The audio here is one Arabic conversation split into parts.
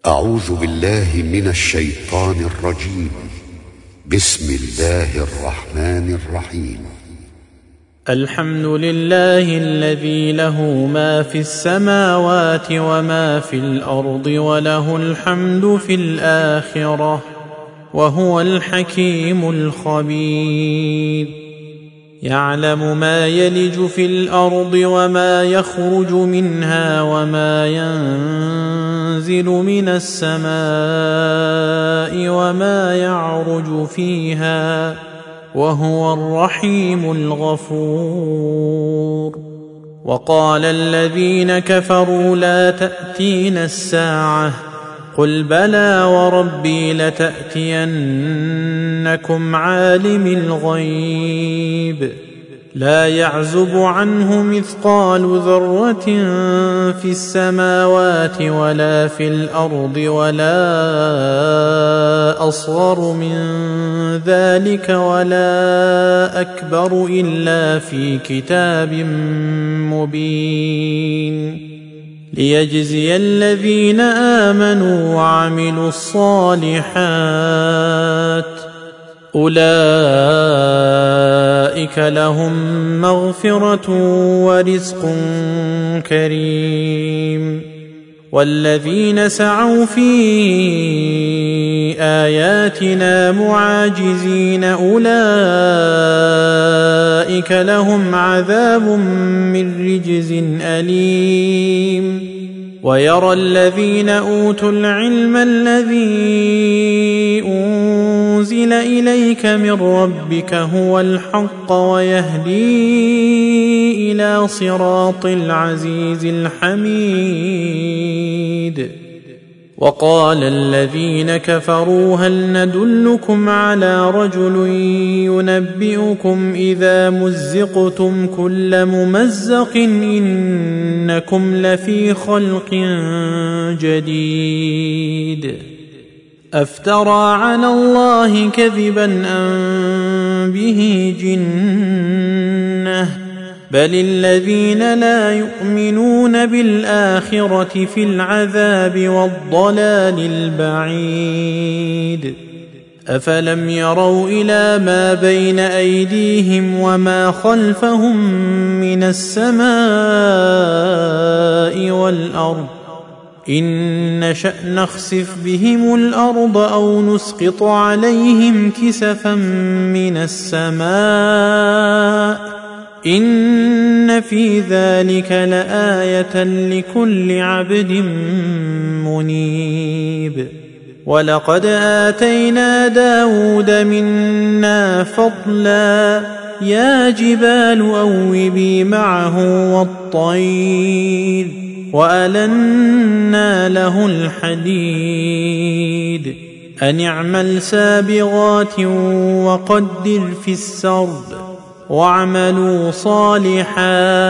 أعوذ بالله من الشيطان الرجيم. بسم الله الرحمن الرحيم. الحمد لله الذي له ما في السماوات وما في الأرض وله الحمد في الآخرة وهو الحكيم الخبير. يعلم ما يلج في الأرض وما يخرج منها وما ينزل من السماء وما يعرج فيها وهو الرحيم الغفور. وقال الذين كفروا لا تأتينا الساعة قل بلى وربي لتأتينكم عالم الغيب لا يعزب عنه مثقال ذرة في السماوات ولا في الأرض ولا أصغر من ذلك ولا أكبر إلا في كتاب مبين ليجزي الذين آمنوا وعملوا الصالحات أولئك لهم مغفرة ورزق كريم. والذين سعوا في آياتنا معاجزين أولئك لهم عذاب من رجز أليم. ويرى الذين أوتوا العلم الذي أنزل إليك من ربك هو الحق ويهدي إلى صراط العزيز الحميد. وقال الذين كفروا هل ندلكم على رجل ينبئكم إذا مزقتم كل ممزق إنكم لفي خلق جديد أفترى على الله كذبا أم به جنة بل الذين لا يؤمنون بالآخرة في العذاب والضلال البعيد. أفلم يروا إلى ما بين أيديهم وما خلفهم من السماء والأرض إن نشأ نخسف بهم الأرض أو نسقط عليهم كسفا من السماء إن في ذلك لآية لكل عبد منيب. ولقد آتينا داود منا فضلا يا جبال أوبي معه والطير وألنا له الحديد أن اعمل سابغات وقدر في السرد واعملوا صالحا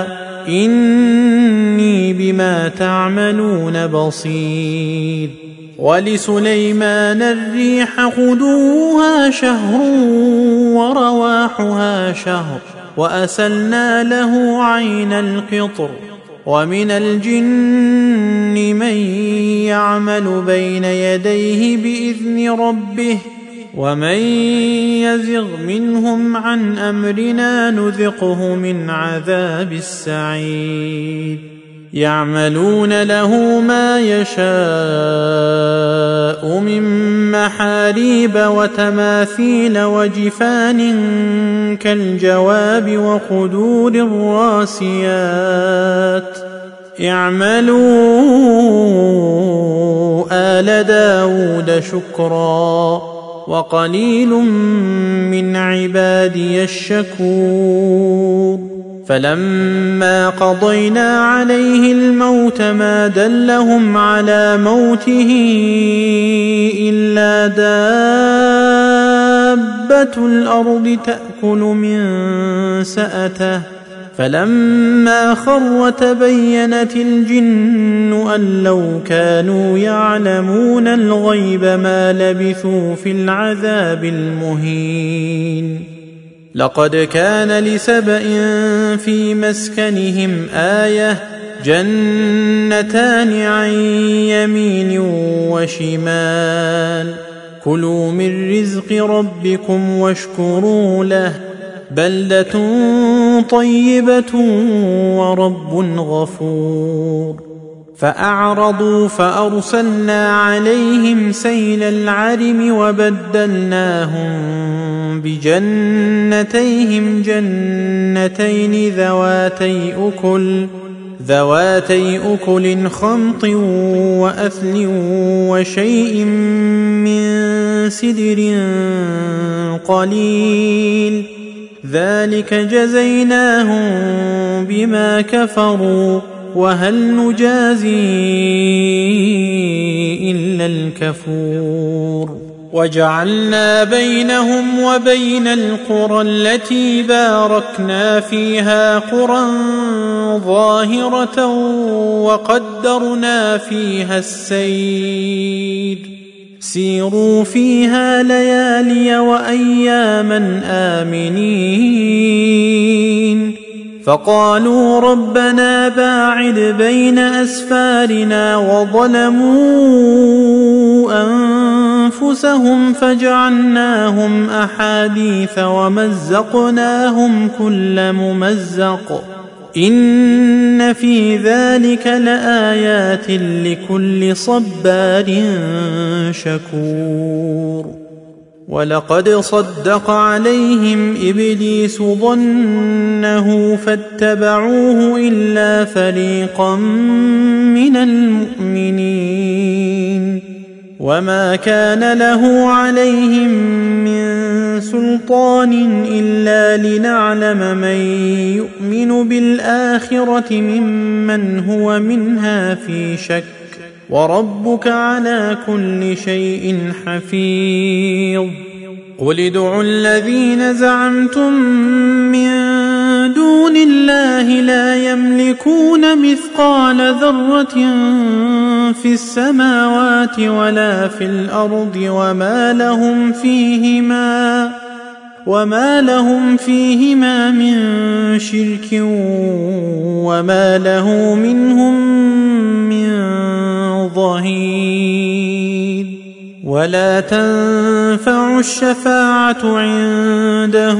إني بما تعملون بصير. ولسليمان الريح غدوها شهر ورواحها شهر وأسلنا له عين القطر. ومن الجن من يعمل بين يديه بإذن ربه ومن يزغ منهم عن أمرنا نذقه من عذاب السعير. يعملون له ما يشاء من محاريب وتماثيل وجفان كالجواب وقدور الراسيات. اعملوا آل داود شكرا وقليل من عبادي الشكور. فلما قضينا عليه الموت ما دلهم على موته إلا دابة الأرض تأكل من سأته فلما خر تبينت الجن أن لو كانوا يعلمون الغيب ما لبثوا في العذاب المهين. لقد كان لسبإ في مسكنهم آية جنتان عن يمين وشمال كلوا من رزق ربكم واشكروا له بلدة طيبة ورب غفور فأعرضوا فأرسلنا عليهم سيل العرم وبدلناهم بجنتيهم جنتين ذواتي أكل خمط وأثل وشيء من سدر قليل ذلك جزيناهم بما كفروا وهل نجازي إلا الكفور وجعلنا بينهم وبين القرى التي باركنا فيها قرى ظاهرة وقدرنا فيها السير سيروا فيها ليالي وأياما آمنين فقالوا ربنا باعد بين أسفارنا وظلموا أنفسهم فجعلناهم أحاديث ومزقناهم كل ممزق إن في ذلك لآيات لكل صبار شكور ولقد صدق عليهم إبليس ظنه فاتبعوه إلا فريقا من المؤمنين وما كان له عليهم من سلطان إلا لنعلم من يؤمن بالآخرة ممن هو منها في شك وربك على كل شيء حفيظ قل ادعوا الذين زعمتم من دون الله لا يملكون مثقال ذرة في السماوات ولا في الأرض وما لهم فيهما من شرك وما له منهم من ظهير ولا تنفع الشفاعة عنده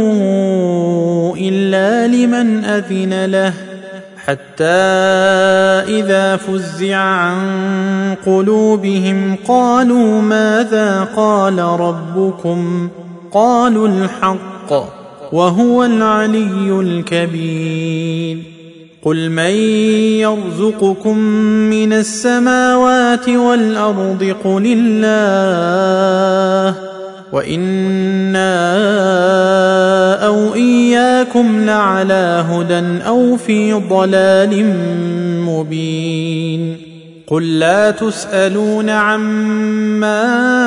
إلا لمن أذن له حتى إذا فزع عن قلوبهم قالوا ماذا قال ربكم قالوا الحق وهو العلي الكبير قل من يرزقكم من السماوات والأرض قل الله وإنا أو إياكم لعلى هدى أو في ضلال مبين قل لا تسألون عما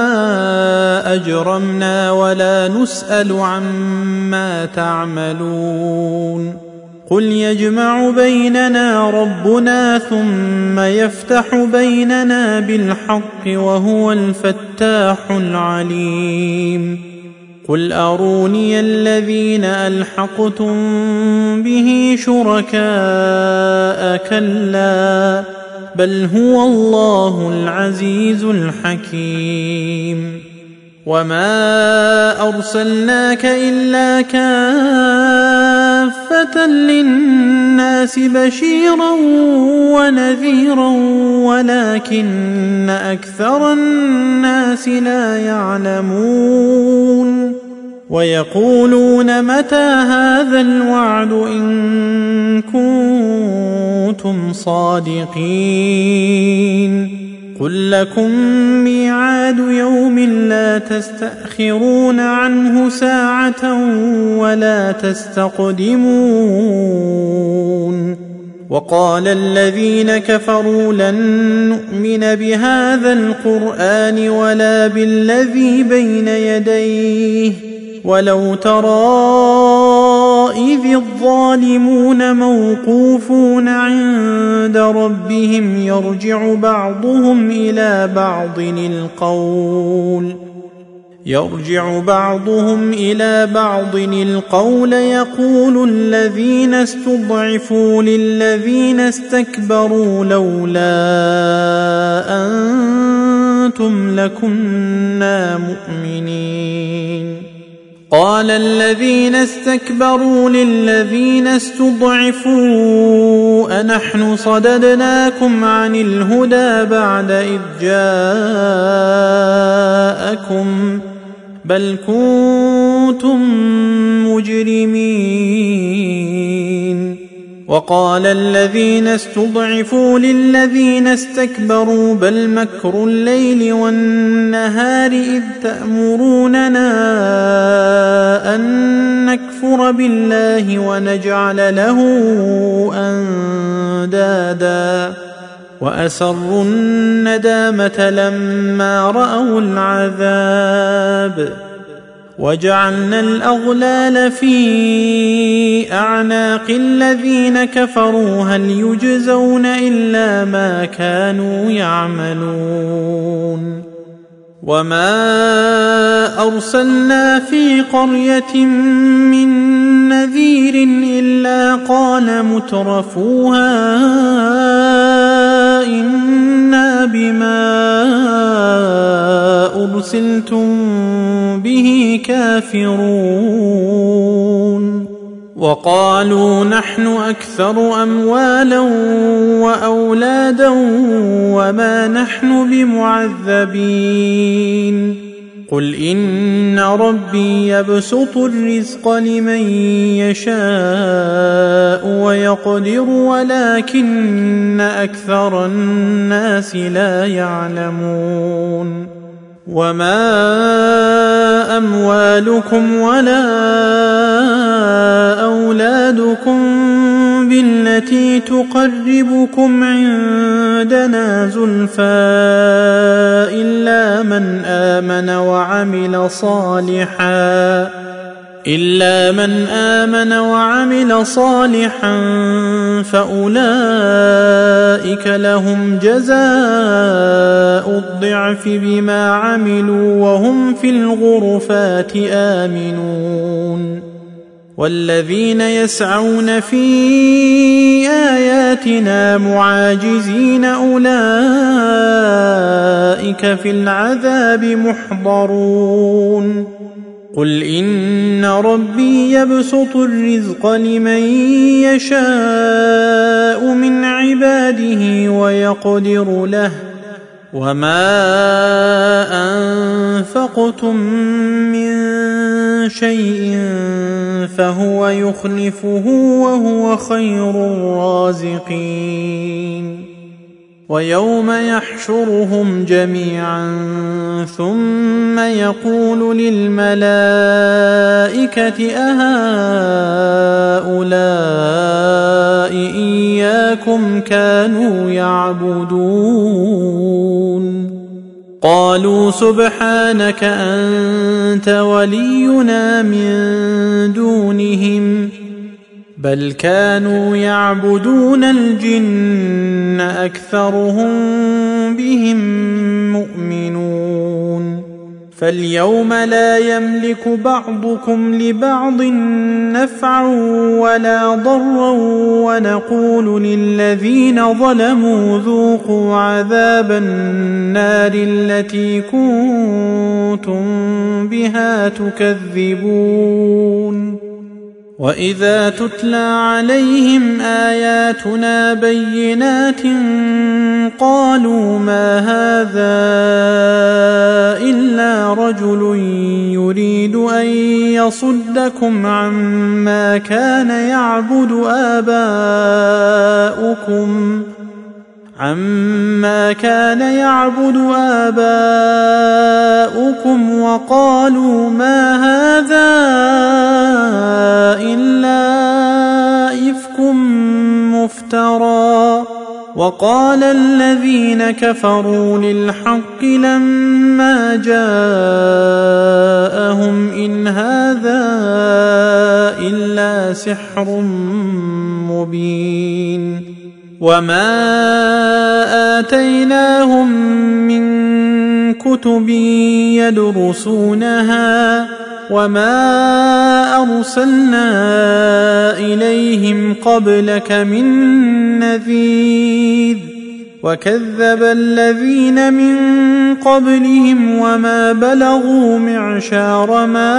أجرمنا ولا نسأل عما تعملون قل يجمع بيننا ربنا ثم يفتح بيننا بالحق وهو الفتاح العليم قل أروني الذين ألحقتم به شركاء كلا بل هو الله العزيز الحكيم وما أرسلناك إلا كافة للناس بشيرا ونذيرا ولكن أكثر الناس لا يعلمون ويقولون متى هذا الوعد إن كنتم صادقين قل لكم ميعاد يوم لا تستأخرون عنه ساعة ولا تستقدمون وقال الذين كفروا لن نؤمن بهذا القرآن ولا بالذي بين يديه ولو ترى إذ الظالمون موقوفون عند ربهم يرجع بعضهم إلى بعض القول يرجع بعضهم إلى بعض القول يقول الذين استضعفوا للذين استكبروا لولا أنتم لكنا مؤمنين قال الذين استكبروا للذين استضعفوا أنحن صددناكم عن الهدى بعد إذ جاءكم بل كنتم مجرمين وقال الذين استضعفوا للذين استكبروا بل مكر الليل والنهار إذ تأمروننا أن نكفر بالله ونجعل له أندادا وأسروا الندامة لما رأوا العذاب وجعلنا الأغلال في أعناق الذين كفروا هل يجزون إلا ما كانوا يعملون وما أرسلنا في قرية من نذير إلا قال مترفوها إنا بما أرسلتم به كافرون وقالوا نحن أكثر أموالا وأولادا وما نحن بمعذبين قل إن ربي يبسط الرزق لمن يشاء ويقدر ولكن أكثر الناس لا يعلمون وما أموالكم ولا أولادكم بالتي تقربكم عندنا زلفى إلا من آمن وعمل صالحا فأولئك لهم جزاء الضعف بما عملوا وهم في الغرفات آمنون والذين يسعون في آياتنا معاجزين أولئك في العذاب محضرون قل إن ربي يبسط الرزق لمن يشاء من عباده ويقدر له وما أنفقتم من شيء فهو يخلفه وهو خير الرازقين ويوم يحشرهم جميعا ثم يقول للملائكة أهؤلاء إياكم كانوا يعبدون قالوا سبحانك أنت ولينا من دونهم بل كانوا يعبدون الجن أكثرهم بهم مؤمنون فاليوم لا يملك بعضكم لبعض نفعا ولا ضرا ونقول للذين ظلموا ذوقوا عذاب النار التي كنتم بها تكذبون وإذا تتلى عليهم آياتنا بينات قالوا ما هذا إلا رجل يريد أن يصدكم عما كان يعبد آباؤكم وقالوا ما هذا إلا إفك مفترى وقال الذين كفروا للحق لما جاءهم إن هذا إلا سحر مبين وما آتيناهم من كتب يدرسونها وما أرسلنا إليهم قبلك من نذير وكذب الذين من قبلهم وما بلغوا معشار ما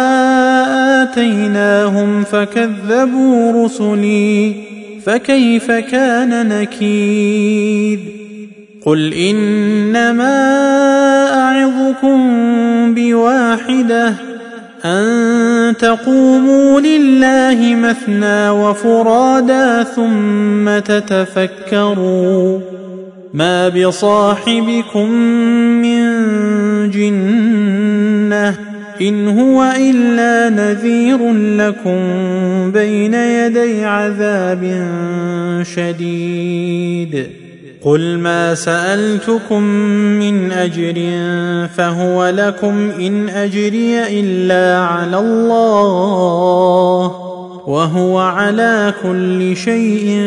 آتيناهم فكذبوا رسلي فكيف كان نكير قل إنما أعظكم بواحدة أن تقوموا لله مثنى وفرادا ثم تتفكروا ما بصاحبكم من جنة إن هو إلا نذير لكم بين يدي عذاب شديد قل ما سألتكم من أجر فهو لكم إن أجري إلا على الله وهو على كل شيء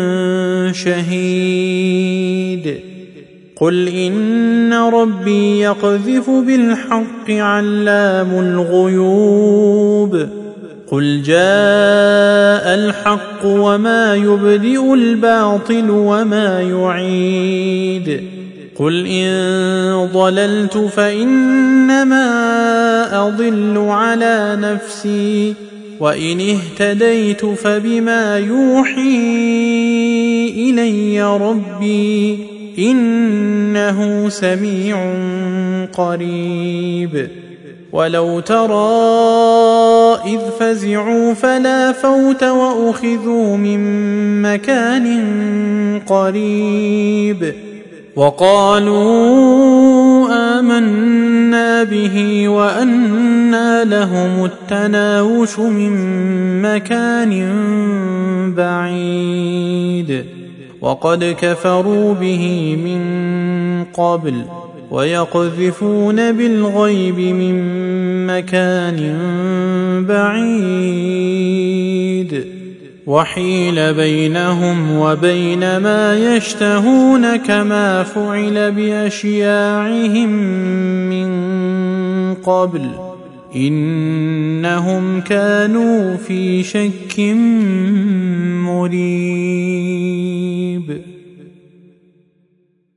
شهيد قل إن ربي يقذف بالحق علام الغيوب قل جاء الحق وما يبدئ الباطل وما يعيد قل إن ضللت فإنما أضل على نفسي وإن اهتديت فبما يوحي إلي ربي إنه سميع قريب ولو ترى إذ فزعوا فلا فوت وأخذوا من مكان قريب وقالوا آمنا به وأنى لهم التناوش من مكان بعيد وقد كفروا به من قبل ويقذفون بالغيب من مكان بعيد وحيل بينهم وبين ما يشتهون كما فعل بأشياعهم من قبل إنهم كانوا في شك مريب